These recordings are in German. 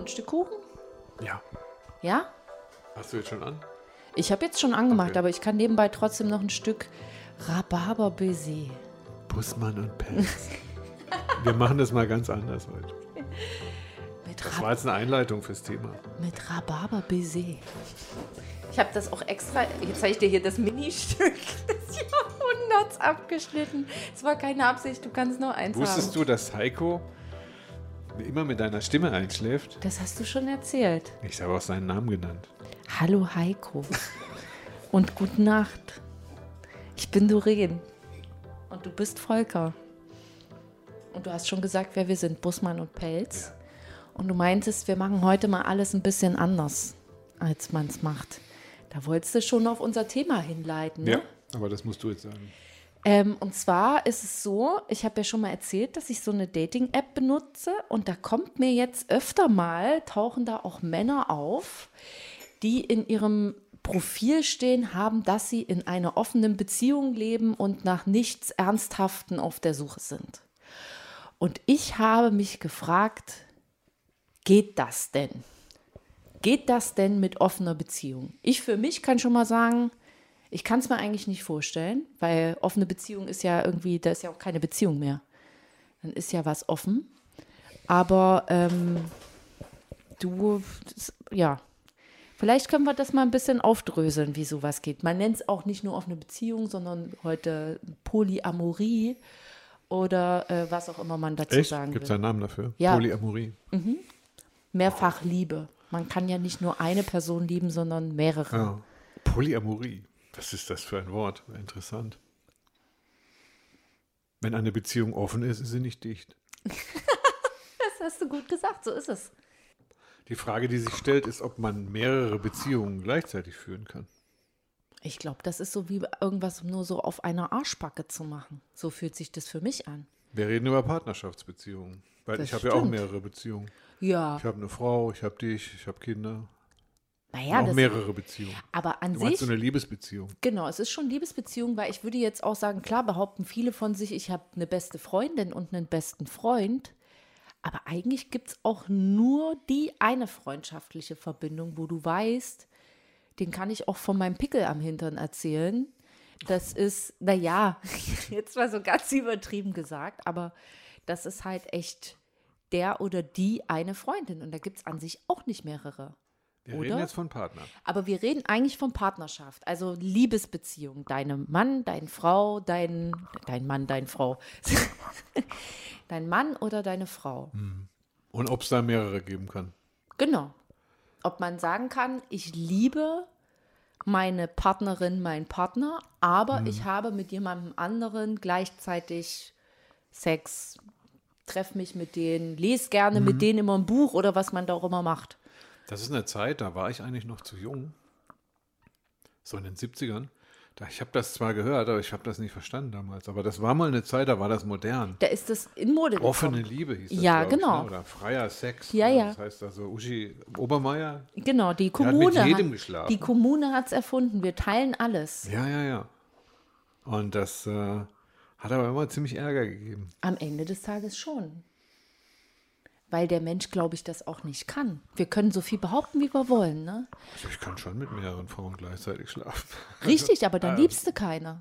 ein Stück Kuchen? Ja. Ja? Hast du jetzt schon an? Ich habe jetzt schon angemacht, Okay. aber ich kann nebenbei trotzdem noch ein Stück Rhabarber-Baiser. Bussmann und Pelz. Wir machen das mal ganz anders heute. Das war jetzt eine Einleitung fürs Thema. Mit Rhabarber-Baiser. Ich habe das auch extra, jetzt zeige ich dir hier das Ministück des Jahrhunderts abgeschnitten. Es war keine Absicht, du kannst nur eins Wusstest haben. du, dass Heiko immer mit deiner Stimme einschläft? Das hast du schon erzählt. Ich habe auch seinen Namen genannt. Hallo Heiko und gute Nacht. Ich bin Doreen und du bist Volker. Und du hast schon gesagt, wer wir sind, Bussmann und Pelz. Ja. Und du meintest, wir machen heute mal alles ein bisschen anders, als man es macht. Da wolltest du schon auf unser Thema hinleiten, ne? Ja, aber das musst du jetzt sagen. Und zwar ist es so, ich habe ja schon mal erzählt, dass ich so eine Dating-App benutze und da kommt mir jetzt öfter mal, tauchen da auch Männer auf, die in ihrem Profil stehen haben, dass sie in einer offenen Beziehung leben und nach nichts Ernsthaften auf der Suche sind. Und ich habe mich gefragt, geht das denn? Geht das denn mit offener Beziehung? Ich für mich kann schon mal sagen, ich kann es mir eigentlich nicht vorstellen, weil offene Beziehung ist ja irgendwie, da ist ja auch keine Beziehung mehr. Dann ist ja was offen. Aber ja, vielleicht können wir das mal ein bisschen aufdröseln, wie sowas geht. Man nennt es auch nicht nur offene Beziehung, sondern heute Polyamorie oder was auch immer man dazu Echt? sagen Gibt es will. einen Namen dafür? Ja. Polyamorie. Mehrfachliebe. Man kann ja nicht nur eine Person lieben, sondern mehrere. Ja. Polyamorie. Was ist das für ein Wort? Interessant. Wenn eine Beziehung offen ist, ist sie nicht dicht. Das hast du gut gesagt, so ist es. Die Frage, die sich stellt, ist, ob man mehrere Beziehungen gleichzeitig führen kann. Ich glaube, das ist so wie irgendwas nur so auf einer Arschbacke zu machen. So fühlt sich das für mich an. Wir reden über Partnerschaftsbeziehungen. Weil Das ich habe ja auch stimmt. mehrere Beziehungen. Ja, Ich habe eine Frau, ich habe dich, ich habe Kinder. naja, Auch mehrere Beziehungen. aber an Du meinst sich, so eine Liebesbeziehung. genau, es ist schon Liebesbeziehung, weil ich würde jetzt auch sagen, klar behaupten viele von sich, ich habe eine beste Freundin und einen besten Freund. Aber eigentlich gibt es auch nur die eine freundschaftliche Verbindung, wo du weißt, den kann ich auch von meinem Pickel am Hintern erzählen. Das ist, naja, jetzt mal so ganz übertrieben gesagt, aber das ist halt echt der oder die eine Freundin. Und da gibt es an sich auch nicht mehrere. Wir Oder? reden jetzt von Partnern. Aber wir reden eigentlich von Partnerschaft, also Liebesbeziehung. Deinem Mann, deine Frau, dein Mann, deine Frau. Dein Mann oder deine Frau. Und ob es da mehrere geben kann. Genau. Ob man sagen kann, ich liebe meine Partnerin, meinen Partner, aber ich habe mit jemandem anderen gleichzeitig Sex, treffe mich mit denen, lese gerne mit denen immer ein Buch oder was man da auch immer macht. Das ist eine Zeit, da war ich eigentlich noch zu jung. So in den 70ern. Ich habe das zwar gehört, aber ich habe das nicht verstanden damals. Aber das war mal eine Zeit, da war das modern. Da ist das in Mode Offene gekommen. Liebe hieß das, Ja, glaub ich, genau. ne? Oder freier Sex. Ja, ja. Das heißt also, Uschi Obermeier. Genau, die hat Kommune mit jedem geschlafen. die Kommune hat es erfunden. Wir teilen alles. Ja, ja, ja. Und das hat aber immer ziemlich Ärger gegeben. Am Ende des Tages schon. Weil der Mensch, glaube ich, das auch nicht kann. Wir können so viel behaupten, wie wir wollen, ne? Also ich kann schon mit mehreren Frauen gleichzeitig schlafen. Richtig, aber dann liebst du keine.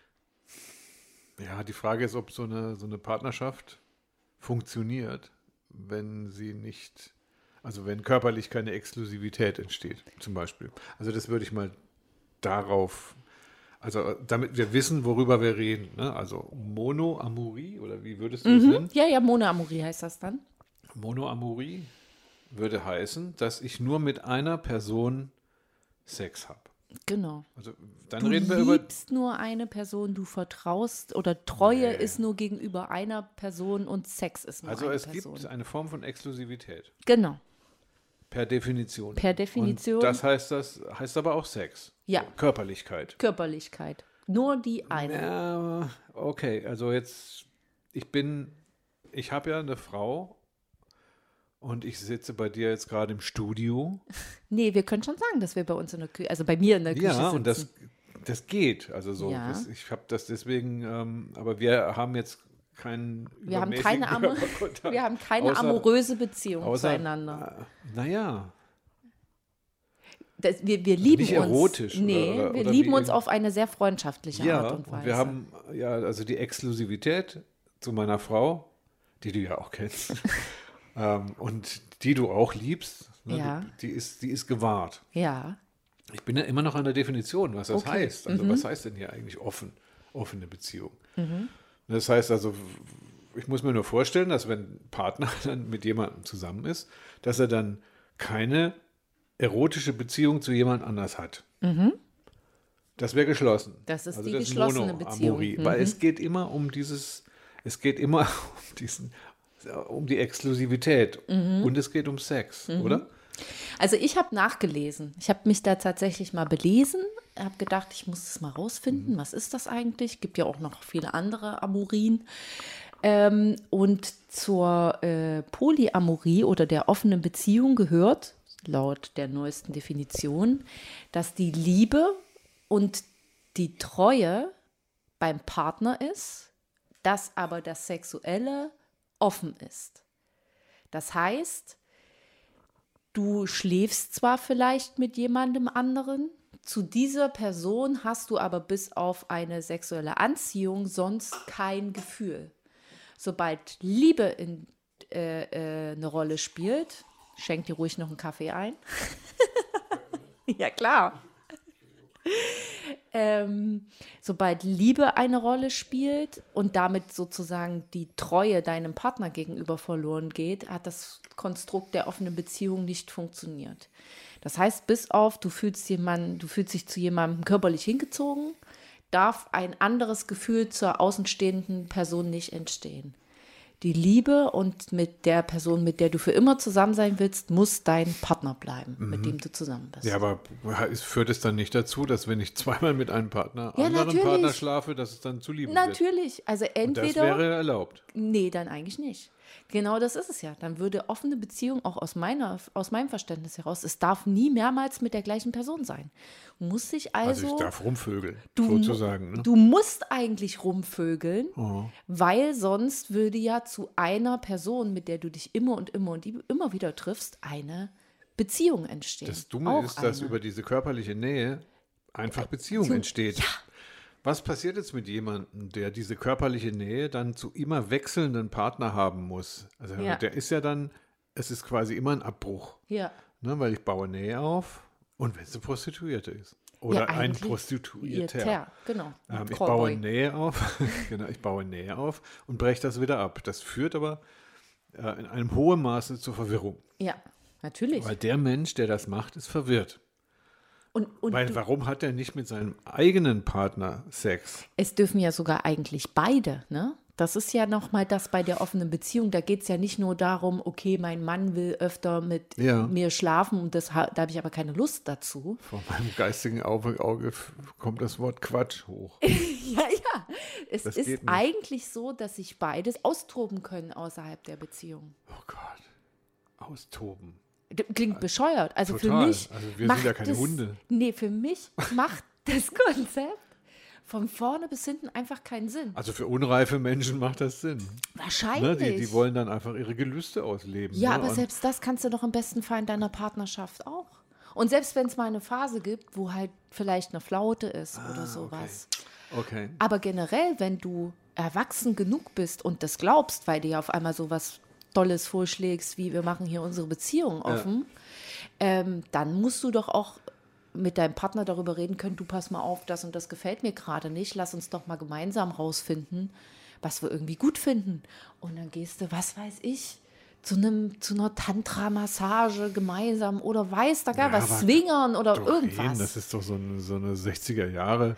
Ja, die Frage ist, ob so eine Partnerschaft funktioniert, wenn sie nicht, also wenn körperlich keine Exklusivität entsteht, zum Beispiel. Also das würde ich mal darauf, also damit wir wissen, worüber wir reden. Ne? Also Monoamorie, oder wie würdest du das nennen? Ja, Monoamorie heißt das dann. Monoamorie würde heißen, dass ich nur mit einer Person Sex habe. Genau. Also dann Du reden wir über. liebst nur eine Person, du vertraust oder Treue ist nur gegenüber einer Person und Sex ist nur Also eine es Person. gibt eine Form von Exklusivität. Genau. Per Definition. Per Definition. Und das heißt aber auch Sex. Ja. Körperlichkeit. Körperlichkeit. Nur die eine. Ja, okay, also jetzt, ich habe ja eine Frau und ich sitze bei dir jetzt gerade im Studio. Nee, wir können schon sagen, dass wir bei uns in der Küche, also bei mir in der Küche Ja, sitzen. und das geht. Also so, Ja. ich habe das deswegen, aber wir haben jetzt keinen Wir haben übermäßigen keine, Körperkontakt. wir haben keine amoröse Beziehung zueinander. Naja. Wir lieben nicht uns. erotisch. Nee, wir oder lieben wie uns auf eine sehr freundschaftliche Art und Weise. Wir haben also die Exklusivität zu meiner Frau, die du ja auch kennst, und die du auch liebst, ne? Ja. Die ist gewahrt. Ja. Ich bin ja immer noch an der Definition, was das Okay. heißt. Also was heißt denn hier eigentlich offene Beziehung? Mhm. Das heißt also, ich muss mir nur vorstellen, dass wenn ein Partner dann mit jemandem zusammen ist, dass er dann keine erotische Beziehung zu jemand anders hat. Das wäre geschlossen. Das ist also die das geschlossene Monoamorie. Beziehung. Weil es geht immer um um die Exklusivität und es geht um Sex, oder? Also ich habe nachgelesen. Ich habe mich da tatsächlich mal belesen, habe gedacht, ich muss es mal rausfinden. Was ist das eigentlich? Gibt ja auch noch viele andere Amorien. Und zur Polyamorie oder der offenen Beziehung gehört, laut der neuesten Definition, dass die Liebe und die Treue beim Partner ist, dass aber das Sexuelle offen ist. Das heißt, du schläfst zwar vielleicht mit jemandem anderen, zu dieser Person hast du aber bis auf eine sexuelle Anziehung sonst kein Gefühl. Sobald Liebe eine Rolle spielt, schenk dir ruhig noch einen Kaffee ein. Ja, klar. Sobald Liebe eine Rolle spielt und damit sozusagen die Treue deinem Partner gegenüber verloren geht, hat das Konstrukt der offenen Beziehung nicht funktioniert. Das heißt, bis auf du fühlst dich zu jemandem körperlich hingezogen, darf ein anderes Gefühl zur außenstehenden Person nicht entstehen. Die Liebe und mit der Person, mit der du für immer zusammen sein willst, muss dein Partner bleiben, mit dem du zusammen bist. Ja, aber führt es dann nicht dazu, dass wenn ich zweimal mit einem anderen natürlich. Partner schlafe, dass es dann zu Liebe wird? Natürlich. Also Und entweder. das wäre erlaubt. Nee, dann eigentlich nicht. Genau das ist es ja. Dann würde offene Beziehung auch aus meinem Verständnis heraus, es darf nie mehrmals mit der gleichen Person sein. Du musst dich Also ich darf rumvögeln, sozusagen. Ne? Du musst eigentlich rumvögeln, weil sonst würde ja zu einer Person, mit der du dich immer und immer wieder triffst, eine Beziehung entstehen. Das Dumme ist, dass über diese körperliche Nähe einfach Beziehung entsteht. Ja. Was passiert jetzt mit jemandem, der diese körperliche Nähe dann zu immer wechselnden Partner haben muss? Also der ist ja dann, es ist quasi immer ein Abbruch. Ja. Ne, weil ich baue Nähe auf und wenn es eine Prostituierte ist. Oder Ja, ein eigentlich Prostituierter. Genau. Ich baue Nähe auf, genau, ich baue Nähe auf und breche das wieder ab. Das führt aber in einem hohen Maße zur Verwirrung. Ja, natürlich. Weil der Mensch, der das macht, ist verwirrt. Und Weil warum hat er nicht mit seinem eigenen Partner Sex? es dürfen ja sogar eigentlich beide, ne? Das ist ja nochmal das bei der offenen Beziehung. Da geht es ja nicht nur darum, okay, mein Mann will öfter mit mir schlafen und da habe ich aber keine Lust dazu. Vor meinem geistigen Auge kommt das Wort Quatsch hoch. Ja. Es Das ist geht nicht. eigentlich so, dass sich beides austoben können außerhalb der Beziehung. Oh Gott. Austoben. Klingt bescheuert. Also Total. für mich. Also wir macht sind ja keine das, Hunde. Nee, für mich macht das Konzept von vorne bis hinten einfach keinen Sinn. Also für unreife Menschen macht das Sinn. Wahrscheinlich. Ne? Die wollen dann einfach ihre Gelüste ausleben. Ja, ne? aber Und selbst das kannst du doch im besten Fall in deiner Partnerschaft auch. Und selbst wenn es mal eine Phase gibt, wo halt vielleicht eine Flaute ist oder sowas. Okay. Aber generell, wenn du erwachsen genug bist und das glaubst, weil du ja auf einmal sowas Tolles vorschlägst, wie wir machen hier unsere Beziehung offen, dann musst du doch auch mit deinem Partner darüber reden können, du pass mal auf, das und das gefällt mir gerade nicht, lass uns doch mal gemeinsam rausfinden, was wir irgendwie gut finden. Und dann gehst du, was weiß ich, zu einer Tantra-Massage gemeinsam oder weiß da gar was, Swingern oder irgendwas. Das ist doch so eine 60er Jahre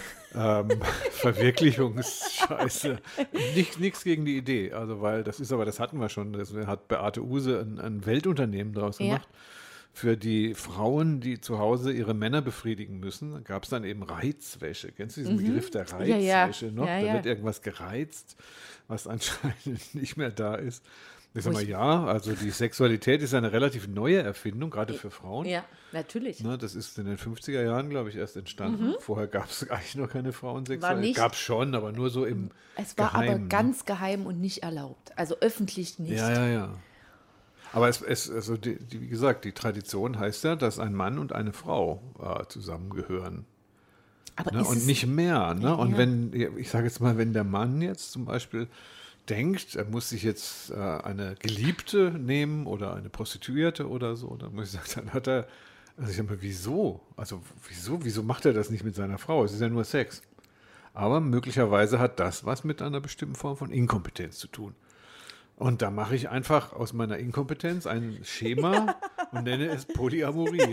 Verwirklichungsscheiße. Nichts gegen die Idee, also weil das hatten wir schon, das hat Beate Uhse ein Weltunternehmen draus gemacht. Für die Frauen, die zu Hause ihre Männer befriedigen müssen, gab es dann eben Reizwäsche. Kennst du diesen Begriff der Reizwäsche noch? Da wird irgendwas gereizt, was anscheinend nicht mehr da ist. Ich sag mal, ja, also die Sexualität ist eine relativ neue Erfindung, gerade für Frauen. Ja, natürlich. Ne, das ist in den 50er Jahren, glaube ich, erst entstanden. Vorher gab es eigentlich noch keine War Frauensexualität. nicht- Gab es schon, aber nur so im Es war Geheimen, aber ne? ganz geheim und nicht erlaubt. Also öffentlich nicht. Ja. Aber also wie gesagt, die Tradition heißt ja, dass ein Mann und eine Frau zusammengehören. Aber Ne? ist Und es, nicht mehr. Ne? Und Ja. wenn, ich sage jetzt mal, wenn der Mann jetzt zum Beispiel denkt, er muss sich jetzt eine Geliebte nehmen oder eine Prostituierte oder so, dann muss ich sagen, dann hat er, also ich sage mal, wieso? Also wieso macht er das nicht mit seiner Frau? Es ist ja nur Sex. Aber möglicherweise hat das was mit einer bestimmten Form von Inkompetenz zu tun. Und da mache ich einfach aus meiner Inkompetenz ein Schema und nenne es Polyamorie.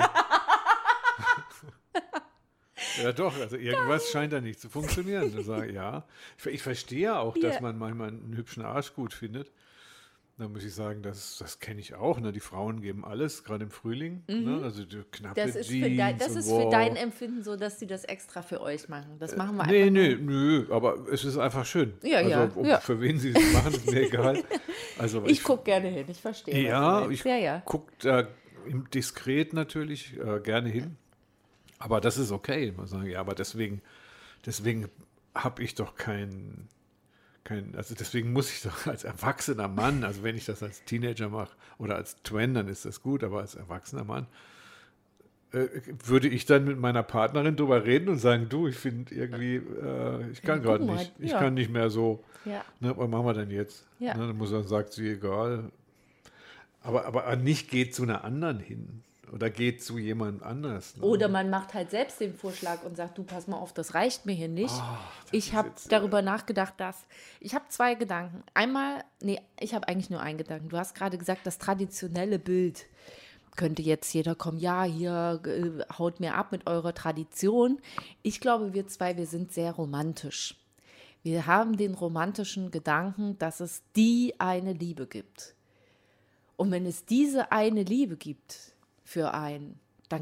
Ja doch, also irgendwas scheint da nicht zu funktionieren. Da sage ich, ja, ich verstehe auch, dass Ja. man manchmal einen hübschen Arsch gut findet. Da muss ich sagen, das kenne ich auch. Ne? Die Frauen geben alles, gerade im Frühling. Ne? Also die knappe das ist, Jeans das und ist wow. für dein Empfinden so, dass sie das extra für euch machen. Das machen wir Nee, einfach nö, aber es ist einfach schön. Ja, also, ja, ja. Für wen sie es machen, ist mir egal. Also, Ich gucke gerne hin, ich verstehe. Ja, was du ich meinst. Ja. gucke da diskret natürlich gerne hin. Aber das ist okay. Man sagen, ja, aber deswegen habe ich doch also deswegen muss ich doch als erwachsener Mann, also wenn ich das als Teenager mache oder als Twen, dann ist das gut, aber als erwachsener Mann würde ich dann mit meiner Partnerin drüber reden und sagen, du, ich finde irgendwie, ich kann guck gerade mal, nicht, ich ja. kann nicht mehr so, Ja. ne, was machen wir denn jetzt? Ja. Ne, dann sagt sie, egal. Aber nicht geht zu einer anderen hin oder geht zu jemand anders. Ne? Oder man macht halt selbst den Vorschlag und sagt, du, pass mal auf, das reicht mir hier nicht. Ich ist habe jetzt, darüber nachgedacht, ich habe zwei Gedanken. Ich habe eigentlich nur einen Gedanken. Du hast gerade gesagt, das traditionelle Bild. Könnte jetzt jeder kommen, ja, hier haut mir ab mit eurer Tradition. Ich glaube, wir sind sehr romantisch. Wir haben den romantischen Gedanken, dass es die eine Liebe gibt. Und wenn es diese eine Liebe gibt für einen, dann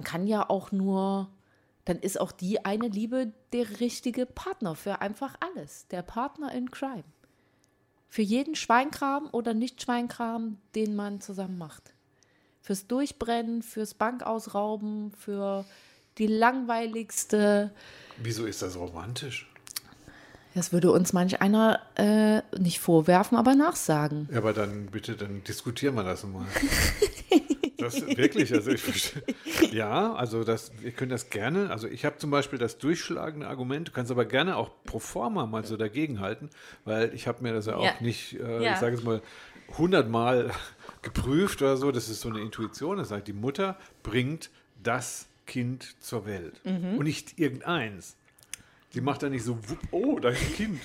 ist auch die eine Liebe der richtige Partner für einfach alles. Der Partner in Crime. Für jeden Schweinkram oder Nicht-Schweinkram, den man zusammen macht. Fürs Durchbrennen, fürs Bankausrauben, für die langweiligste. Wieso ist das romantisch? Das würde uns manch einer nicht vorwerfen, aber nachsagen. Ja, aber dann diskutieren wir das mal. Das wirklich, also ich verstehe. Ja, also wir können das gerne, also ich habe zum Beispiel das durchschlagende Argument, du kannst aber gerne auch pro forma mal so dagegenhalten, weil ich habe mir das ja auch nicht, ich sage es mal, 100-mal geprüft oder so, das ist so eine Intuition, das sagt, die Mutter bringt das Kind zur Welt und nicht irgendeins. Sie macht da nicht so, oh, da ist ein Kind.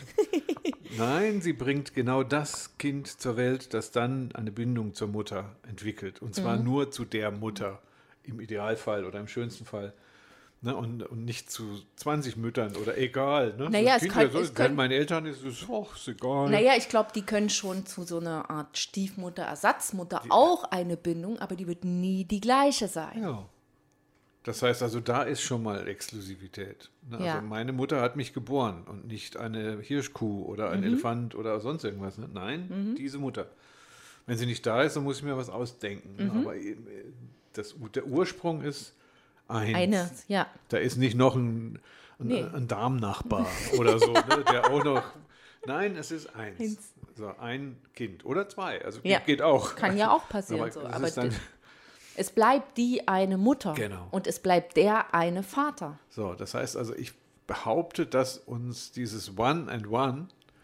Nein, sie bringt genau das Kind zur Welt, das dann eine Bindung zur Mutter entwickelt. Und zwar nur zu der Mutter, im Idealfall oder im schönsten Fall. Ne? Und nicht zu 20 Müttern oder egal. Ne? Naja, meine Eltern ist egal. Naja, ich glaube, die können schon zu so einer Art Stiefmutter, Ersatzmutter auch eine Bindung, aber die wird nie die gleiche sein. Ja. Das heißt also, da ist schon mal Exklusivität. Ne? Also Ja. meine Mutter hat mich geboren und nicht eine Hirschkuh oder ein Elefant oder sonst irgendwas. Ne? Nein, diese Mutter. Wenn sie nicht da ist, dann muss ich mir was ausdenken. Ne? Aber der Ursprung ist eins. Eine, ja. Da ist nicht noch ein Darmnachbar oder so, ne? Der auch noch. Nein, es ist eins. So, ein Kind oder zwei. Also Ja. geht auch. Kann ja auch passieren. Aber So. es Aber ist dann, es bleibt die eine Mutter. Genau. Und es bleibt der eine Vater. so, das heißt also, ich behaupte, dass uns dieses One and One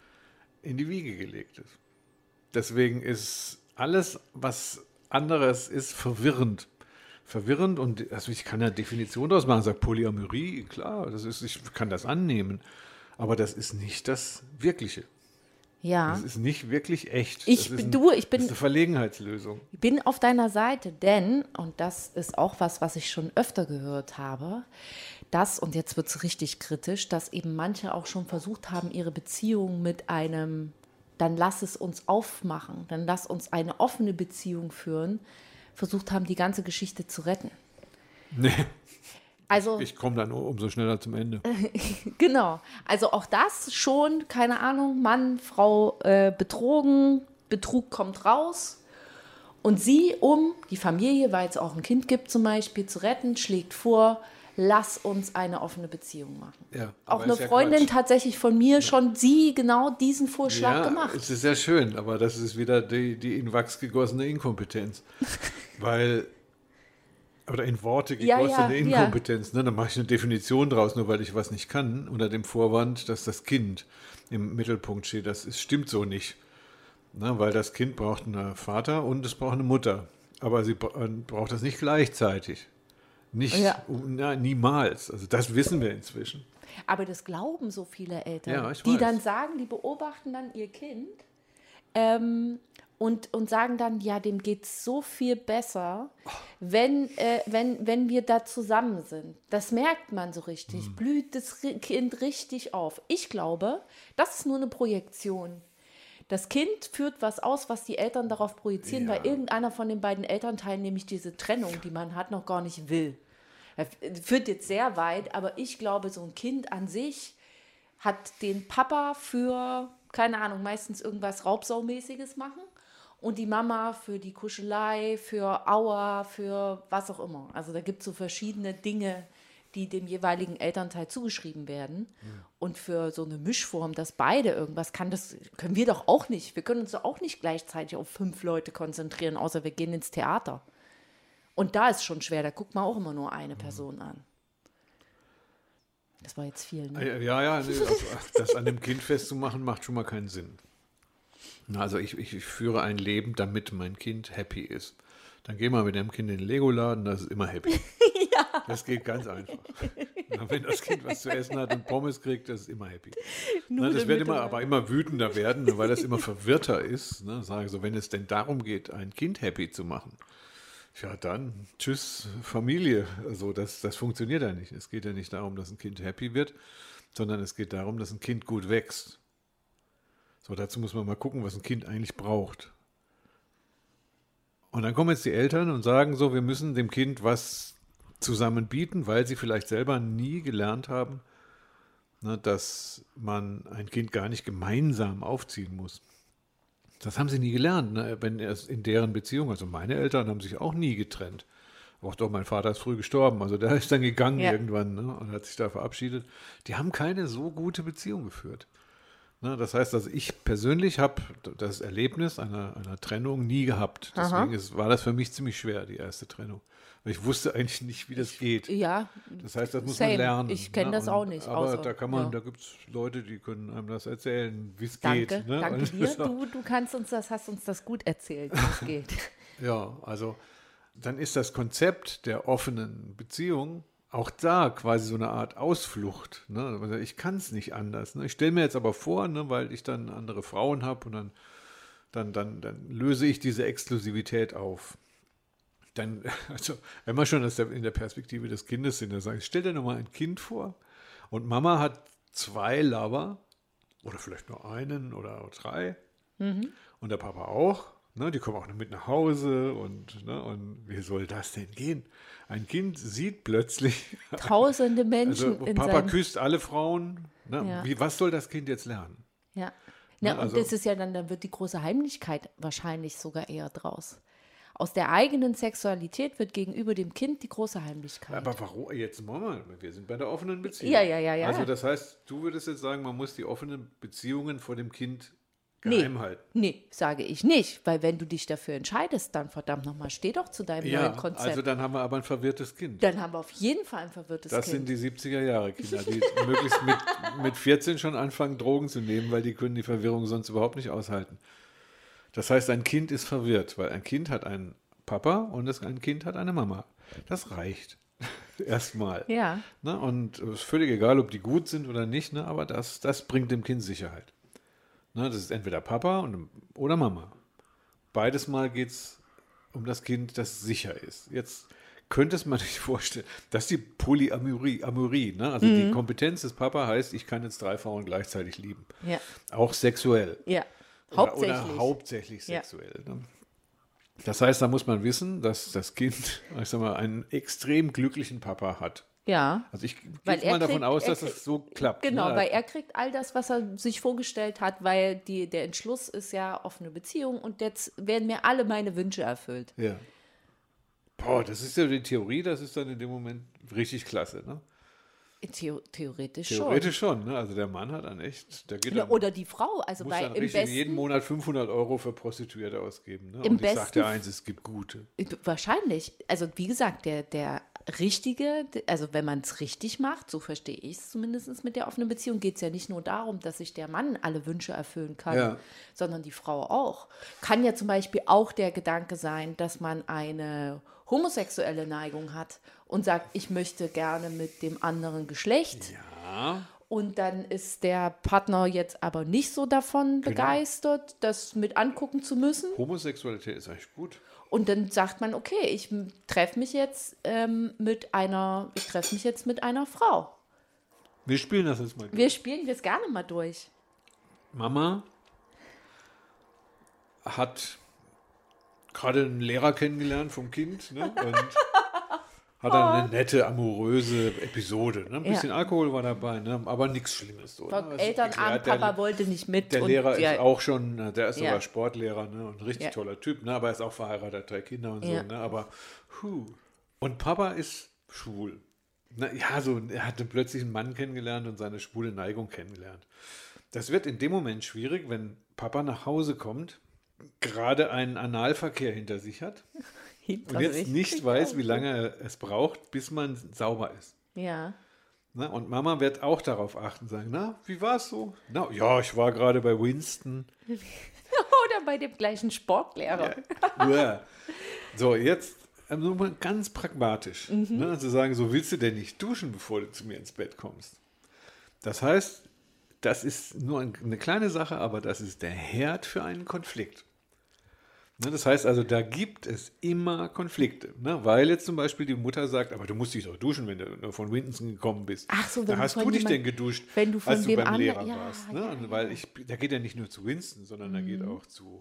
in die Wiege gelegt ist. Deswegen ist alles, was anderes ist, verwirrend. Verwirrend und also ich kann ja Definition daraus machen, sagt Polyamorie, klar, ich kann das annehmen, aber das ist nicht das Wirkliche. Ja. Das ist nicht wirklich echt. Ich das bin- ist eine Verlegenheitslösung. Ich bin auf deiner Seite, denn, und das ist auch was ich schon öfter gehört habe, und jetzt wird es richtig kritisch, dass eben manche auch schon versucht haben, ihre Beziehung mit einem, dann lass es uns aufmachen, dann lass uns eine offene Beziehung führen, versucht haben, die ganze Geschichte zu retten. Nee, Also, ich komme dann umso schneller zum Ende. genau. Also auch das schon, keine Ahnung, Mann, Frau betrogen, Betrug kommt raus. Und sie, um die Familie, weil es auch ein Kind gibt zum Beispiel, zu retten, schlägt vor, lass uns eine offene Beziehung machen. Ja, auch aber eine ist ja Freundin Quatsch. tatsächlich von mir schon sie genau diesen Vorschlag gemacht. Es ist sehr schön, aber das ist wieder die in Wachs gegossene Inkompetenz. Oder in Worte gegossene Inkompetenz. Ne? Dann mache ich eine Definition draus, nur weil ich was nicht kann, unter dem Vorwand, dass das Kind im Mittelpunkt steht. Stimmt so nicht. Ne? Weil das Kind braucht einen Vater und es braucht eine Mutter. Aber sie braucht das nicht gleichzeitig. Niemals. Also das wissen wir inzwischen. Aber das glauben so viele Eltern, Ja, ich die weiß. dann sagen, die beobachten dann ihr Kind und sagen dann, ja, dem geht es so viel besser, wenn wir da zusammen sind. Das merkt man so richtig, blüht das Kind richtig auf. Ich glaube, das ist nur eine Projektion. Das Kind führt was aus, was die Eltern darauf projizieren, weil irgendeiner von den beiden Elternteilen nämlich diese Trennung, die man hat, noch gar nicht will. Das führt jetzt sehr weit, aber ich glaube, so ein Kind an sich hat den Papa für, keine Ahnung, meistens irgendwas Raubsaumäßiges machen und die Mama für die Kuschelei, für Aua, für was auch immer. Also da gibt es so verschiedene Dinge, die dem jeweiligen Elternteil zugeschrieben werden. Und für so eine Mischform, dass beide irgendwas kann, das können wir doch auch nicht. Wir können uns doch auch nicht gleichzeitig auf 5 Leute konzentrieren, außer wir gehen ins Theater. Und da ist schon schwer, da guckt man auch immer nur eine Person an. Das war jetzt viel, ne? Ja, nee, also, das an dem Kind festzumachen, macht schon mal keinen Sinn. Also ich führe ein Leben, damit mein Kind happy ist. Dann geh mal mit dem Kind in den Lego-Laden, das ist immer happy. Ja. Das geht ganz einfach. Na, wenn das Kind was zu essen hat und Pommes kriegt, das ist immer happy. Na, das wird aber immer wütender werden, weil das immer verwirrter ist. Ne? Sage so, wenn es denn darum geht, ein Kind happy zu machen, ja, dann tschüss, Familie. Also das funktioniert ja nicht. Es geht ja nicht darum, dass ein Kind happy wird, sondern es geht darum, dass ein Kind gut wächst. So, dazu muss man mal gucken, was ein Kind eigentlich braucht. Und dann kommen jetzt die Eltern und sagen so, wir müssen dem Kind was zusammen bieten, weil sie vielleicht selber nie gelernt haben, ne, dass man ein Kind gar nicht gemeinsam aufziehen muss. Das haben sie nie gelernt, ne? Wenn es in deren Beziehung, also meine Eltern haben sich auch nie getrennt. Auch doch, mein Vater ist früh gestorben, also der ist dann gegangen irgendwann, ne, und hat sich da verabschiedet. Die haben keine so gute Beziehung geführt. Ne, das heißt, also ich persönlich habe das Erlebnis einer Trennung nie gehabt. Deswegen war das für mich ziemlich schwer, die erste Trennung. Weil ich wusste eigentlich nicht, wie das geht. Ja. Das heißt, das muss man lernen. Ich kenne das auch nicht. Aber da gibt es Leute, die können einem das erzählen, wie es geht. Ne? Danke dir. Du hast uns das gut erzählt, wie es geht. Ja, also dann ist das Konzept der offenen Beziehung auch da quasi so eine Art Ausflucht. Ne? Ich kann es nicht anders. Ne? Ich stelle mir jetzt aber vor, ne, weil ich dann andere Frauen habe und dann löse ich diese Exklusivität auf. Dann, also, wenn wir schon in der Perspektive des Kindes sind, dann sage ich, stell dir nochmal ein Kind vor und Mama hat 2 Lover oder vielleicht nur einen oder 3 und der Papa auch. Ne, die kommen auch mit nach Hause und wie soll das denn gehen? Ein Kind sieht plötzlich tausende Menschen also Papa küsst alle Frauen. Ne? Ja. Was soll das Kind jetzt lernen? Ja. Ne, Und also, das ist ja dann wird die große Heimlichkeit wahrscheinlich sogar eher draus. Aus der eigenen Sexualität wird gegenüber dem Kind die große Heimlichkeit. Aber warum? Jetzt mal, wir sind bei der offenen Beziehung. Ja. Also das heißt, du würdest jetzt sagen, man muss die offenen Beziehungen vor dem Kind geheim halten. Nee, sage ich nicht, weil wenn du dich dafür entscheidest, dann verdammt nochmal, steh doch zu deinem neuen Konzept. Also dann haben wir aber ein verwirrtes Kind. Dann haben wir auf jeden Fall ein verwirrtes Das Kind. sind die 70er-Jahre-Kinder, die möglichst mit 14 schon anfangen, Drogen zu nehmen, weil die können die Verwirrung sonst überhaupt nicht aushalten. Das heißt, ein Kind ist verwirrt, weil ein Kind hat einen Papa und ein Kind hat eine Mama. Das reicht. Erstmal. Ja. Ne? Und es ist völlig egal, ob die gut sind oder nicht, ne? Aber das bringt dem Kind Sicherheit. Ne? Das ist entweder Papa oder Mama. Beides Mal geht es um das Kind, das sicher ist. Jetzt könnte es man sich vorstellen, das ist die Polyamorie. Ne? Also die Kompetenz des Papa heißt, ich kann jetzt 3 Frauen gleichzeitig lieben. Ja. Auch sexuell. Ja. Oder hauptsächlich sexuell. Ne? Das heißt, da muss man wissen, dass das Kind, ich sag mal, einen extrem glücklichen Papa hat. Ja. Also ich gehe Weil jetzt mal davon aus, er dass es so klappt. Genau, ne? weil er kriegt all das, was er sich vorgestellt hat, weil der Entschluss ist ja offene Beziehung und jetzt werden mir alle meine Wünsche erfüllt. Ja. Boah, das ist ja die Theorie, das ist dann in dem Moment richtig klasse, ne? Theoretisch Theoretisch schon, ne? Also der Mann hat dann echt, der geht schon. Ja, dann, oder die Frau, also muss bei dann im richtig jeden besten, Monat 500 Euro für Prostituierte ausgeben, ne? Im Und ich sag besten dir eins, es gibt gute. wahrscheinlich, also wie gesagt, der richtige, also wenn man es richtig macht, so verstehe ich es zumindest mit der offenen Beziehung, geht es ja nicht nur darum, dass sich der Mann alle Wünsche erfüllen kann, Ja. sondern die Frau auch. Kann ja zum Beispiel auch der Gedanke sein, dass man eine homosexuelle Neigung hat und sagt, ich möchte gerne mit dem anderen Geschlecht. Ja. Und dann ist der Partner jetzt aber nicht so davon begeistert, das mit angucken zu müssen. Homosexualität ist eigentlich gut. Und dann sagt man, okay, ich treffe mich jetzt mit einer Frau. Wir spielen das jetzt mal durch. Wir spielen das gerne mal durch. Mama hat gerade einen Lehrer kennengelernt vom Kind, ne? Und hat dann eine nette, amoröse Episode. Ne? Ein bisschen Alkohol war dabei, ne? Aber nichts Schlimmes. So, ne? Elternabend, Papa wollte nicht mit. Der und Lehrer ja, ist auch schon, der ist Ja. sogar Sportlehrer, ne? Und ein richtig Ja. toller Typ, ne? Aber er ist auch verheiratet, hat 3 Kinder und so, Ja. ne? Aber, Und Papa ist schwul. Na, ja, so, er hatte plötzlich einen Mann kennengelernt und seine schwule Neigung kennengelernt. Das wird in dem Moment schwierig, wenn Papa nach Hause kommt, gerade einen Analverkehr hinter sich hat und jetzt nicht weiß, wie lange es braucht, bis man sauber ist. Ja. Na, und Mama wird auch darauf achten, sagen, na, wie war es so? Na, ja, ich war gerade bei Winston. Oder bei dem gleichen Sportlehrer. Ja. So, jetzt nur mal ganz pragmatisch. Ne, also sagen, so willst du denn nicht duschen, bevor du zu mir ins Bett kommst? Das heißt, das ist nur eine kleine Sache, aber das ist der Herd für einen Konflikt. Ne, das heißt also, da gibt es immer Konflikte. Ne? Weil jetzt zum Beispiel die Mutter sagt, aber du musst dich doch duschen, wenn du von Winston gekommen bist. Ach so, wenn da du hast von du dich jemand- denn geduscht, wenn du von als du wem beim anderen- Lehrer ja, warst. Ne? ja, Und weil der geht ja nicht nur zu Winston, sondern der geht auch zu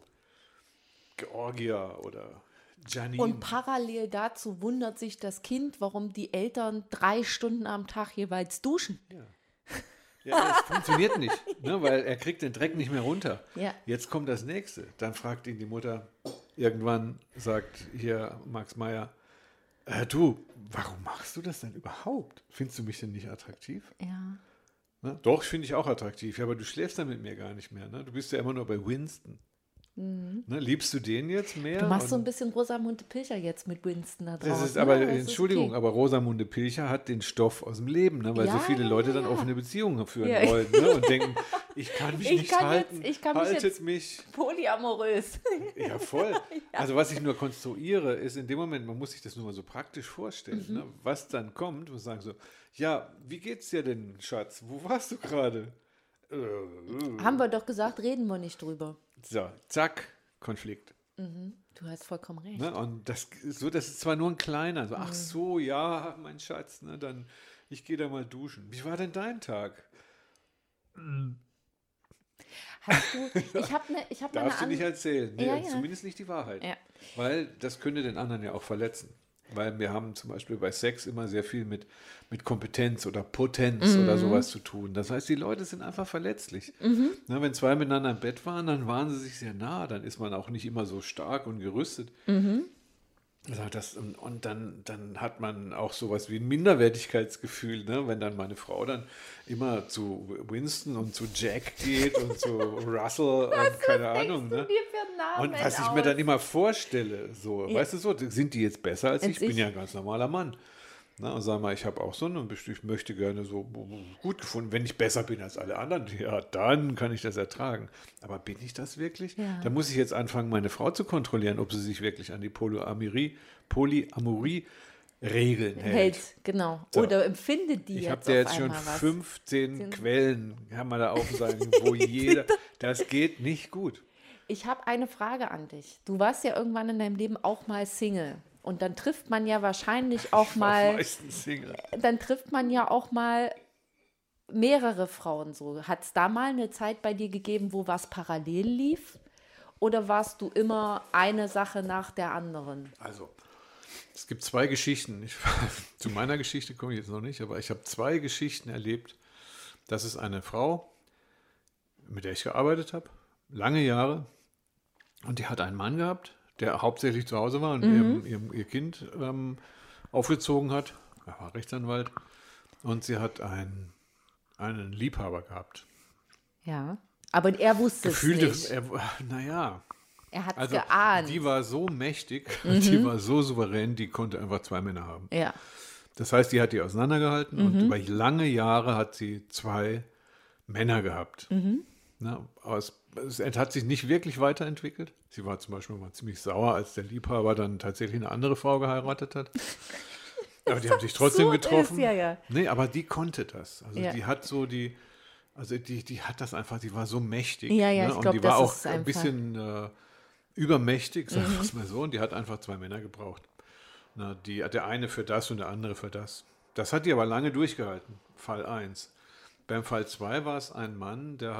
Georgia oder Janine. Und parallel dazu wundert sich das Kind, warum die Eltern 3 Stunden am Tag jeweils duschen. Ja, das funktioniert nicht, ne, weil er kriegt den Dreck nicht mehr runter. Ja. Jetzt kommt das Nächste. Dann fragt ihn die Mutter, irgendwann sagt hier Max Meyer, du, warum machst du das denn überhaupt? Findest du mich denn nicht attraktiv? Ja. Ne? Doch, finde ich auch attraktiv, ja, aber du schläfst dann mit mir gar nicht mehr. Ne? Du bist ja immer nur bei Winston. Ne? Liebst du den jetzt mehr? Du machst so Und ein bisschen Rosamunde Pilcher jetzt mit Winston da drauf. das ist aber, ne? Das ist Entschuldigung, okay. aber Rosamunde Pilcher hat den Stoff aus dem Leben, ne? Weil so Ja, viele ja, Leute ja, dann ja. offene Beziehungen führen Ja. wollen, ne? Und denken, ich kann mich Ich nicht kann halten, jetzt- ich kann mich haltet jetzt- mich. Polyamorös. Ja, voll. Also was ich nur konstruiere, ist in dem Moment, man muss sich das nur mal so praktisch vorstellen, ne? Was dann kommt, muss sagen so, ja, wie geht's dir denn, Schatz? Wo warst du gerade? Haben wir doch gesagt, reden wir nicht drüber. So, zack, Konflikt. Du hast vollkommen recht. Ne? Und das ist zwar nur ein kleiner, so, ach so, ja, mein Schatz, ne, dann, ich gehe da mal duschen. Wie war denn dein Tag? Hast du, ich hab mal Darfst du eine nicht erzählen. Nee, Ja, ja. zumindest nicht die Wahrheit. Ja. Weil das könnte den anderen ja auch verletzen. Weil wir haben zum Beispiel bei Sex immer sehr viel mit Kompetenz oder Potenz oder sowas zu tun. Das heißt, die Leute sind einfach verletzlich. Na, wenn 2 miteinander im Bett waren, dann waren sie sich sehr nah. Dann ist man auch nicht immer so stark und gerüstet. Also und dann hat man auch sowas wie ein Minderwertigkeitsgefühl, ne? Wenn dann meine Frau dann immer zu Winston und zu Jack geht und zu Russell und keine Ahnung. Ne? Und was ich mir dann immer vorstelle, so, weißt du so, sind die jetzt besser als ich? Ich bin ja ein ganz normaler Mann. Na, und sag mal, ich habe auch so einen, ich möchte gerne so gut gefunden, wenn ich besser bin als alle anderen, ja, dann kann ich das ertragen. Aber bin ich das wirklich? Ja. Da muss ich jetzt anfangen, meine Frau zu kontrollieren, ob sie sich wirklich an die Polyamorie-Regeln hält. Genau. So. Oder empfindet die Ich jetzt habe dir jetzt auf schon einmal was? 15 Quellen, kann man da aufsagen, wo jeder, das geht nicht gut. Ich habe eine Frage an dich. Du warst ja irgendwann in deinem Leben auch mal Single. Und dann trifft man ja wahrscheinlich auch mal, Meistens Single. dann trifft man ja auch mal mehrere Frauen so. Hat es da mal eine Zeit bei dir gegeben, wo was parallel lief? Oder warst du immer eine Sache nach der anderen? Also, Es gibt 2 Geschichten. Zu meiner Geschichte komme ich jetzt noch nicht, aber ich habe 2 Geschichten erlebt. Das ist eine Frau, mit der ich gearbeitet habe, lange Jahre. Und die hat einen Mann gehabt, der hauptsächlich zu Hause war und ihr Kind aufgezogen hat. Er war Rechtsanwalt. Und sie hat einen Liebhaber gehabt. Ja, aber er wusste es nicht. Naja. Er hat es geahnt. Die war so mächtig, die war so souverän, die konnte einfach 2 Männer haben. Ja. Das heißt, die hat die auseinandergehalten und über lange Jahre hat sie 2 Männer gehabt. Na, aber es hat sich nicht wirklich weiterentwickelt. Sie war zum Beispiel mal ziemlich sauer, als der Liebhaber dann tatsächlich eine andere Frau geheiratet hat. Aber die haben sich trotzdem getroffen. Ja. Nee, aber die konnte das. Also Ja. die hat so die hat das einfach, die war so mächtig. Ja, ne? ich Und glaube, die war das auch ist ein einfach. bisschen übermächtig, sagen wir es mal so. Und die hat einfach 2 Männer gebraucht. Na, der eine für das und der andere für das. Das hat die aber lange durchgehalten. Fall 1. Beim Fall 2 war es ein Mann, der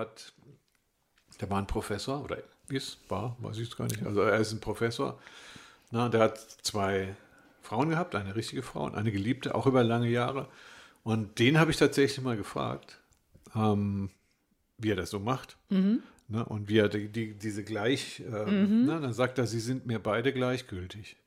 war ein Professor, oder weiß ich es gar nicht. Also er ist ein Professor. Na, der hat 2 Frauen gehabt, eine richtige Frau und eine Geliebte, auch über lange Jahre. Und den habe ich tatsächlich mal gefragt, wie er das so macht. Ne, und wie er diese dann sagt er, sie sind mir beide gleichgültig.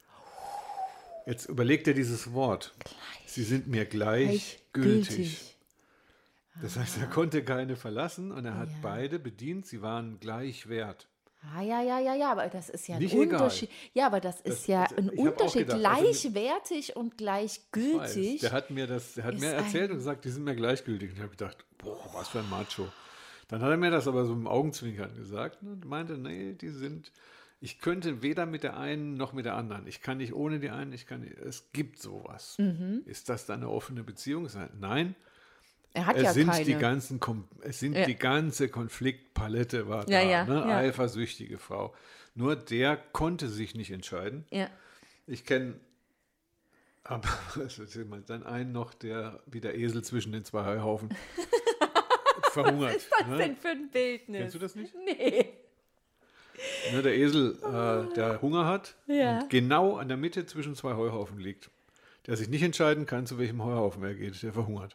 Jetzt überlegt er dieses Wort. Sie sind mir gleichgültig. Das heißt, er konnte keine verlassen und er hat beide bedient. Sie waren gleich wert. Ja, aber das ist ja ein Nicht egal. Unterschied. Ja, aber das ist ja ein ich hab auch Unterschied. gedacht, also Gleichwertig und Weiß. gleichgültig. Der hat mir erzählt und gesagt, die sind mir gleichgültig. Und ich habe gedacht, boah, was für ein Macho. Dann hat er mir das aber so im Augenzwinkern gesagt und meinte, nee, ich könnte weder mit der einen noch mit der anderen. Ich kann nicht ohne die einen, es gibt sowas. Ist das dann eine offene Beziehung? Nein. Er hat ja keine. Die ganze Konfliktpalette war da. Ja. Eifersüchtige Frau. Nur der konnte sich nicht entscheiden. Ja. Ich kenne aber dann einen noch, der wie der Esel zwischen den 2 Heuhaufen verhungert. Was ist das denn für ein Bildnis? Kennst du das nicht? Nee. Ne, der Esel, der Hunger hat Ja. und genau an der Mitte zwischen 2 Heuhaufen liegt. Der sich nicht entscheiden kann, zu welchem Heuhaufen er geht. Der verhungert.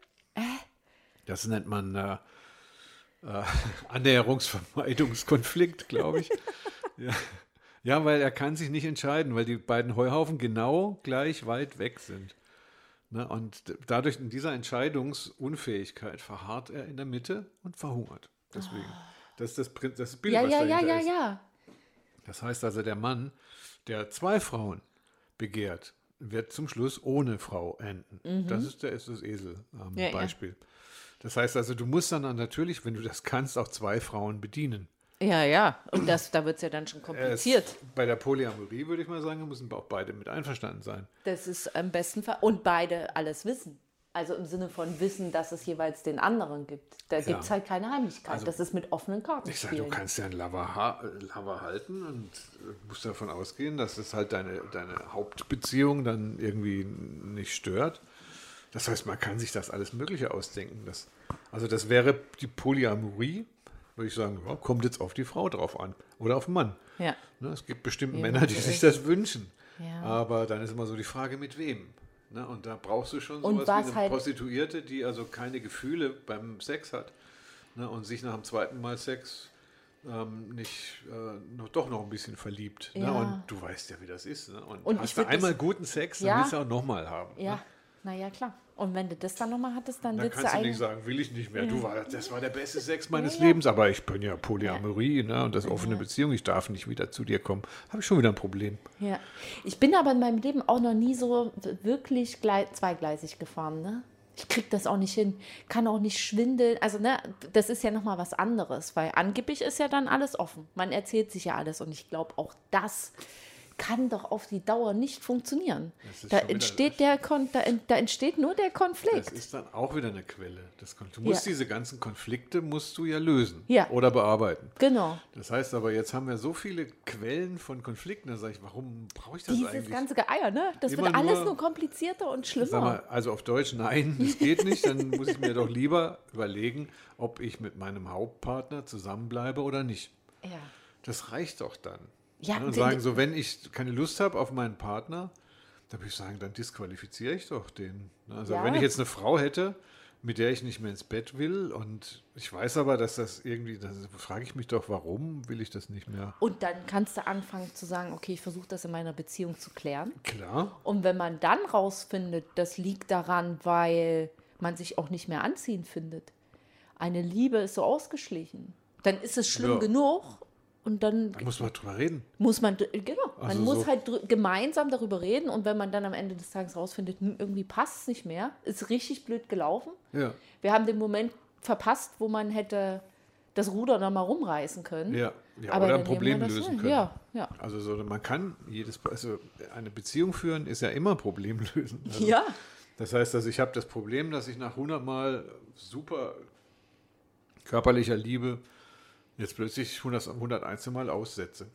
Das nennt man Annäherungsvermeidungskonflikt, glaube ich. Ja, weil er kann sich nicht entscheiden, weil die beiden Heuhaufen genau gleich weit weg sind. Ne? Und dadurch in dieser Entscheidungsunfähigkeit verharrt er in der Mitte und verhungert. Deswegen. Das ist das Bild, was dahinter ist. Ja. Das heißt also, der Mann, der 2 Frauen begehrt, wird zum Schluss ohne Frau enden. Das ist das Esel-Beispiel. Das heißt also, du musst dann natürlich, wenn du das kannst, auch 2 Frauen bedienen. Ja. Und da wird es ja dann schon kompliziert. Bei der Polyamorie würde ich mal sagen, müssen auch beide mit einverstanden sein. Das ist am besten Fall. Und beide alles wissen. Also im Sinne von wissen, dass es jeweils den anderen gibt. Da gibt es halt keine Heimlichkeit. Also, das ist mit offenen Karten Ich sage, spielen. du kannst ja einen Lover halten und musst davon ausgehen, dass es halt deine Hauptbeziehung dann irgendwie nicht stört. Das heißt, man kann sich das alles Mögliche ausdenken. Das wäre die Polyamorie, würde ich sagen, ja, kommt jetzt auf die Frau drauf an oder auf den Mann. Ja. Ne, es gibt bestimmt Männer, die sich das wünschen. Ja. Aber dann ist immer so die Frage, mit wem. Ne, und da brauchst du schon Und sowas wie eine halt Prostituierte, die also keine Gefühle beim Sex hat, ne, und sich nach dem 2. Mal Sex doch noch ein bisschen verliebt. Ne? Ja. Und du weißt ja, wie das ist. Ne? Und ich hast du würd einmal das- guten Sex, dann Ja. willst du auch nochmal haben. Ja, Ne? naja, klar. Und wenn du das dann nochmal hattest, dann Dann willst du kannst du nicht eigentlich... sagen, will ich nicht mehr. Das war der beste Sex meines Lebens, aber ich bin ja Polyamorie, ne? Und das offene Beziehung, ich darf nicht wieder zu dir kommen. Habe ich schon wieder ein Problem. Ja. Ich bin aber in meinem Leben auch noch nie so wirklich zweigleisig gefahren, ne? Ich krieg das auch nicht hin, kann auch nicht schwindeln. Also, ne, das ist ja nochmal was anderes, weil angeblich ist ja dann alles offen. Man erzählt sich ja alles und ich glaube, auch das kann doch auf die Dauer nicht funktionieren. Das ist Da schon wieder- entsteht, da entsteht nur der Das Konflikt. ist dann auch wieder eine Quelle. Du musst diese ganzen Konflikte musst du ja lösen Ja. oder bearbeiten. Genau. Das heißt aber, jetzt haben wir so viele Quellen von Konflikten, da sage ich, warum brauche ich das Dieses eigentlich? ganze Geeier, ne? Das Immer wird alles nur- nur komplizierter und Sag schlimmer. mal, also auf Deutsch, nein, das geht nicht. Dann muss ich mir doch lieber überlegen, ob ich mit meinem Hauptpartner zusammenbleibe oder nicht. Ja. Das reicht doch dann. Ja, Und sagen so, wenn ich keine Lust habe auf meinen Partner, dann würde ich sagen, dann disqualifiziere ich doch den. Also Ja. wenn ich jetzt eine Frau hätte, mit der ich nicht mehr ins Bett will und ich weiß aber, dass das irgendwie, da frage ich mich doch, warum will ich das nicht mehr? Und dann kannst du anfangen zu sagen, okay, ich versuche das in meiner Beziehung zu klären. Klar. Und wenn man dann rausfindet, das liegt daran, weil man sich auch nicht mehr anziehen findet. Eine Liebe ist so ausgeschlichen. Dann ist es schlimm Ja. genug und dann Da muss man drüber reden. muss man, genau, man Also muss so- halt gemeinsam darüber reden und wenn man dann amEnde des Tages rausfindet, irgendwie passt es nicht mehr, ist richtig blöd gelaufen. Ja. Wir haben den Moment verpasst, wo man hätte das Ruder noch mal rumreißen können. Ja. Ja, Aber oder dann ein Problem nehmen wir das lösen hin. können. Ja, ja. Also so, man kann also eine Beziehung führen ist ja immer Problem lösen. Also, Ja, das heißt, also ich habe das Problem, dass ich nach 100 Mal super körperlicher Liebe jetzt plötzlich 101 Mal aussetze.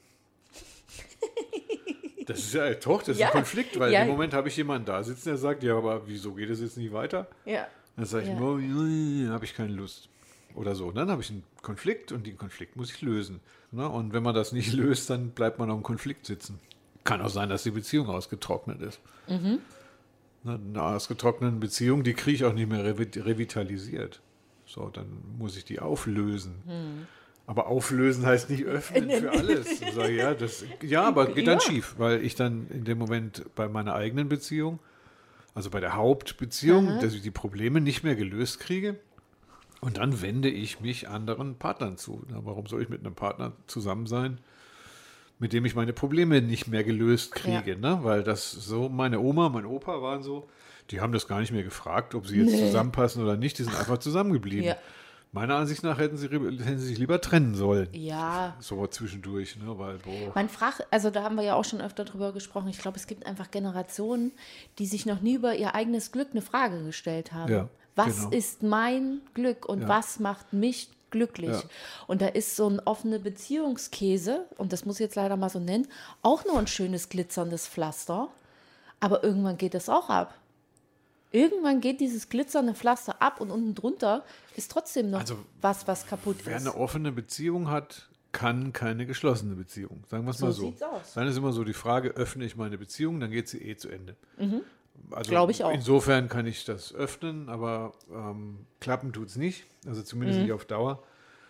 Das ist ja doch, das ist Ja. ein Konflikt, weil Ja. im Moment habe ich jemanden da sitzen, der sagt, ja, aber wieso geht es jetzt nicht weiter? ja. Dann sage ich Ja. nur, habe ich keine Lust. Oder so. Und dann habe ich einen Konflikt und den Konflikt muss ich lösen. Ne? Und wenn man das nicht löst, dann bleibt man auf dem Konflikt sitzen. Kann auch sein, dass die Beziehung ausgetrocknet ist. Ne, eine ausgetrocknete Beziehung, die kriege ich auch nicht mehr revitalisiert. So, dann muss ich die auflösen. Aber auflösen heißt nicht öffnen für alles. Ich sage, ja, aber geht dann Ja. schief, weil ich dann in dem Moment bei meiner eigenen Beziehung, also bei der Hauptbeziehung, dass ich die Probleme nicht mehr gelöst kriege. Und dann wende ich mich anderen Partnern zu. Na, warum soll ich mit einem Partner zusammen sein, mit dem ich meine Probleme nicht mehr gelöst kriege? Ne? Weil das so, meine Oma, mein Opa waren so, die haben das gar nicht mehr gefragt, ob sie jetzt zusammenpassen oder nicht. Die sind einfach zusammengeblieben. Ja. Meiner Ansicht nach hätten sie sich lieber trennen sollen. Ja. So zwischendurch, ne? Weil, boah. Man fragt, also da haben wir ja auch schon öfter drüber gesprochen, ich glaube, es gibt einfach Generationen, die sich noch nie über ihr eigenes Glück eine Frage gestellt haben. Ja, Was genau. ist mein Glück und Ja. was macht mich glücklich? Ja. Und da ist so ein offene Beziehungskäse, und das muss ich jetzt leider mal so nennen, auch nur ein schönes glitzerndes Pflaster, aber irgendwann geht das auch ab. Irgendwann geht dieses glitzernde Pflaster ab und unten drunter ist trotzdem noch Also, was kaputt Wer ist. eine offene Beziehung hat, kann keine geschlossene Beziehung. Sagen wir es mal So so. sieht's aus. Dann ist immer so die Frage, öffne ich meine Beziehung, dann geht sie zu Ende. Also Glaube ich auch. Insofern kann ich das öffnen, aber klappen tut es nicht. Also zumindest nicht auf Dauer.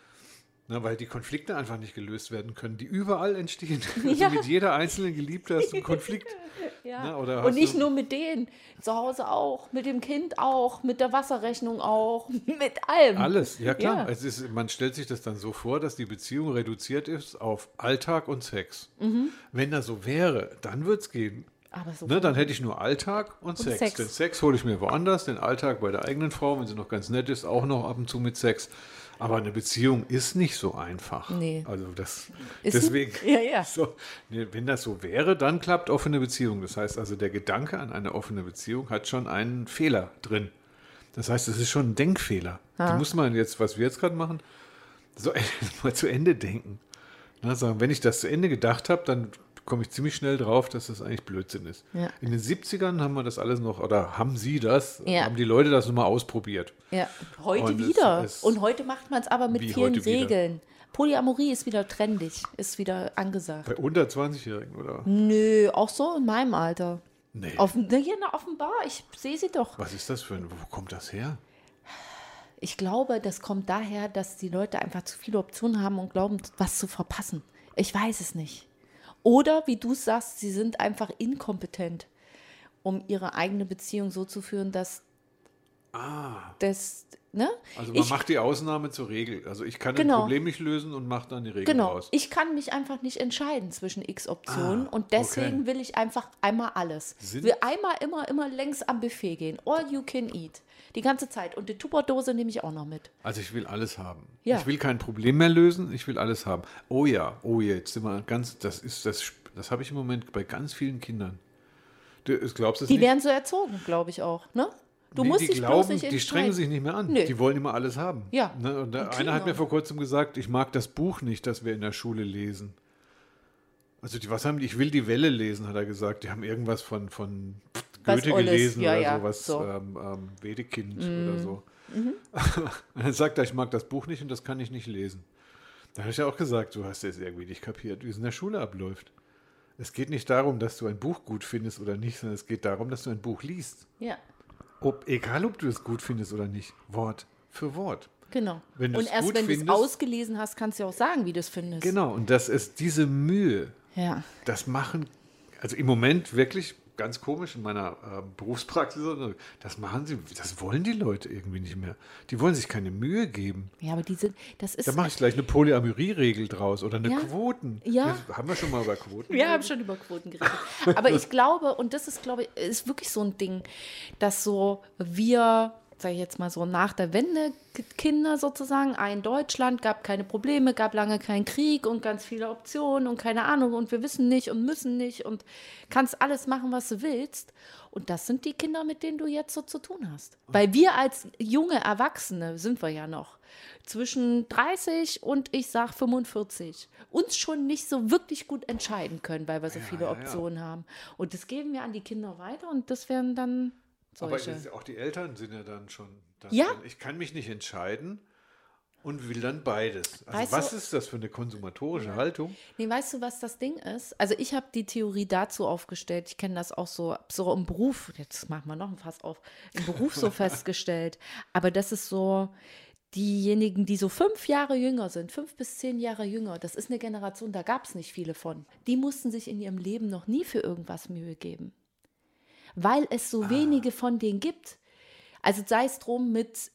Na, weil die Konflikte einfach nicht gelöst werden können, die überall entstehen. Also Ja. mit jeder einzelnen Geliebten hast du einen Konflikt. Ja. Na, oder Und hast nicht du- nur mit denen, zu Hause auch, mit dem Kind auch, mit der Wasserrechnung auch, mit allem. Alles, ja klar. Ja. Es ist, man stellt sich das dann so vor, dass die Beziehung reduziert ist auf Alltag und Sex. Wenn das so wäre, dann würde es gehen. Aber so Ne, dann hätte ich nur Alltag und Sex. Sex. Den Sex hole ich mir woanders, den Alltag bei der eigenen Frau, wenn sie noch ganz nett ist, auch noch ab und zu mit Sex. Aber eine Beziehung ist nicht so einfach. Nee. Also das, Ist- deswegen, Ja, ja. So, nee, wenn das so wäre, dann klappt offene Beziehung. Das heißt also, der Gedanke an eine offene Beziehung hat schon einen Fehler drin. Das heißt, es ist schon ein Denkfehler. Die muss man jetzt, was wir jetzt gerade machen, so mal zu Ende denken. Na, sagen, wenn ich das zu Ende gedacht habe, dann komme ich ziemlich schnell drauf, dass das eigentlich Blödsinn ist. Ja. In den 70ern haben wir das alles noch, oder haben sie das, Ja. haben die Leute das nochmal ausprobiert. Ja, heute Und es wieder. ist- Und heute macht man es aber mit Wie vielen heute wieder? Segeln. Polyamorie ist wieder trendig, ist wieder angesagt. Bei unter 20-Jährigen, oder? Nö, auch so in meinem Alter. Nee. Hier offenbar, ich sehe sie doch. Was ist das für ein, wo kommt das her? Ich glaube, das kommt daher, dass die Leute einfach zu viele Optionen haben und glauben, was zu verpassen. Ich weiß es nicht. Oder, wie du sagst, sie sind einfach inkompetent, um ihre eigene Beziehung so zu führen, dass das, ne? Also man Ich- macht die Ausnahme zur Regel. Also ich kann Genau. ein Problem nicht lösen und mache dann die Regel Genau, raus. ich kann mich einfach nicht entscheiden zwischen x Optionen und deswegen okay. will ich einfach einmal alles. Sind- Will einmal immer längs am Buffet gehen. All you can eat. Die ganze Zeit. Und die Tupperdose nehme ich auch noch mit. Also ich will alles haben. Ja. Ich will kein Problem mehr lösen, ich will alles haben. Oh ja, jetzt sind wir ganz, das habe ich im Moment bei ganz vielen Kindern. Du glaubst es Die nicht? werden so erzogen, glaube ich auch. Ne? Du Nee, musst die dich glauben, bloß nicht die entscheiden. strengen sich nicht mehr an. Nö. Die wollen immer alles haben. Ja. Ne? Und der Und einer hat mir kriegen vor kurzem gesagt, ich mag das Buch nicht, das wir in der Schule lesen. Also was haben die? Ich will die Welle lesen, hat er gesagt. Die haben irgendwas von Was Goethe Olles, gelesen ja, oder ja, sowas, so. Wedekind oder so. Und dann sagt er, ich mag das Buch nicht und das kann ich nicht lesen. Da habe ich ja auch gesagt, du hast jetzt irgendwie nicht kapiert, wie es in der Schule abläuft. Es geht nicht darum, dass du ein Buch gut findest oder nicht, sondern es geht darum, dass du ein Buch liest. Ja, Egal, ob du es gut findest oder nicht. Wort für Wort. genau. Wenn du Und es erst gut wenn du es findest- ausgelesen hast, kannst du ja auch sagen, wie du es findest. Genau, und das ist diese Mühe, Ja. das machen, also im Moment wirklich ganz komisch in meiner Berufspraxis, das machen sie, das wollen die Leute irgendwie nicht mehr. Die wollen sich keine Mühe geben. Ja, aber das ist. Da mache ich gleich eine Polyamorie-Regel draus oder eine Ja. Quoten. Ja. Haben wir schon mal über Quoten Wir haben geredet? schon über Quoten geredet. Aber ich glaube, und das ist, glaube ich, ist wirklich so ein Ding, dass so wir, sage ich jetzt mal so, nach der Wende Kinder sozusagen, ein Deutschland, gab keine Probleme, gab lange keinen Krieg und ganz viele Optionen und keine Ahnung und wir wissen nicht und müssen nicht und kannst alles machen, was du willst. Und das sind die Kinder, mit denen du jetzt so zu tun hast. Weil wir als junge Erwachsene, sind wir ja noch, zwischen 30 und ich sag 45, uns schon nicht so wirklich gut entscheiden können, weil wir so viele Optionen haben. Und das geben wir an die Kinder weiter und das werden dann Aber solche. das ist, auch die Eltern sind ja dann schon, Ja. ich kann mich nicht entscheiden und will dann beides. Also Weißt was du- ist das für eine konsumatorische Haltung? Nee, weißt du, was das Ding ist? Also ich habe die Theorie dazu aufgestellt, ich kenne das auch so im Beruf, jetzt machen wir noch ein Fass auf, im Beruf so festgestellt, aber das ist so, diejenigen, die so 5 Jahre jünger sind, 5 bis 10 Jahre jünger, das ist eine Generation, da gab es nicht viele von. Die mussten sich in ihrem Leben noch nie für irgendwas Mühe geben, weil es so wenige von denen gibt. Also sei es drum mit,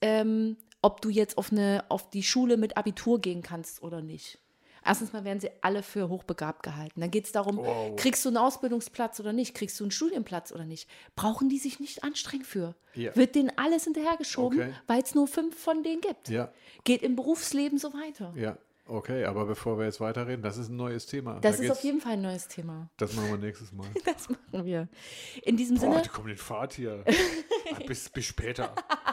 ob du jetzt auf die Schule mit Abitur gehen kannst oder nicht. Erstens mal werden sie alle für hochbegabt gehalten. Dann geht es darum, kriegst du einen Ausbildungsplatz oder nicht, kriegst du einen Studienplatz oder nicht. Brauchen die sich nicht anstrengen für. Ja. Wird denen alles hinterhergeschoben, Okay. weil es nur 5 von denen gibt. Ja. Geht im Berufsleben so weiter. Ja, okay, aber bevor wir jetzt weiterreden, das ist ein neues Thema. Das Da ist geht's- auf jeden Fall ein neues Thema. Das machen wir nächstes Mal. Das machen wir. In diesem Boah, Sinne, die kommen in Fahrt hier. bis später.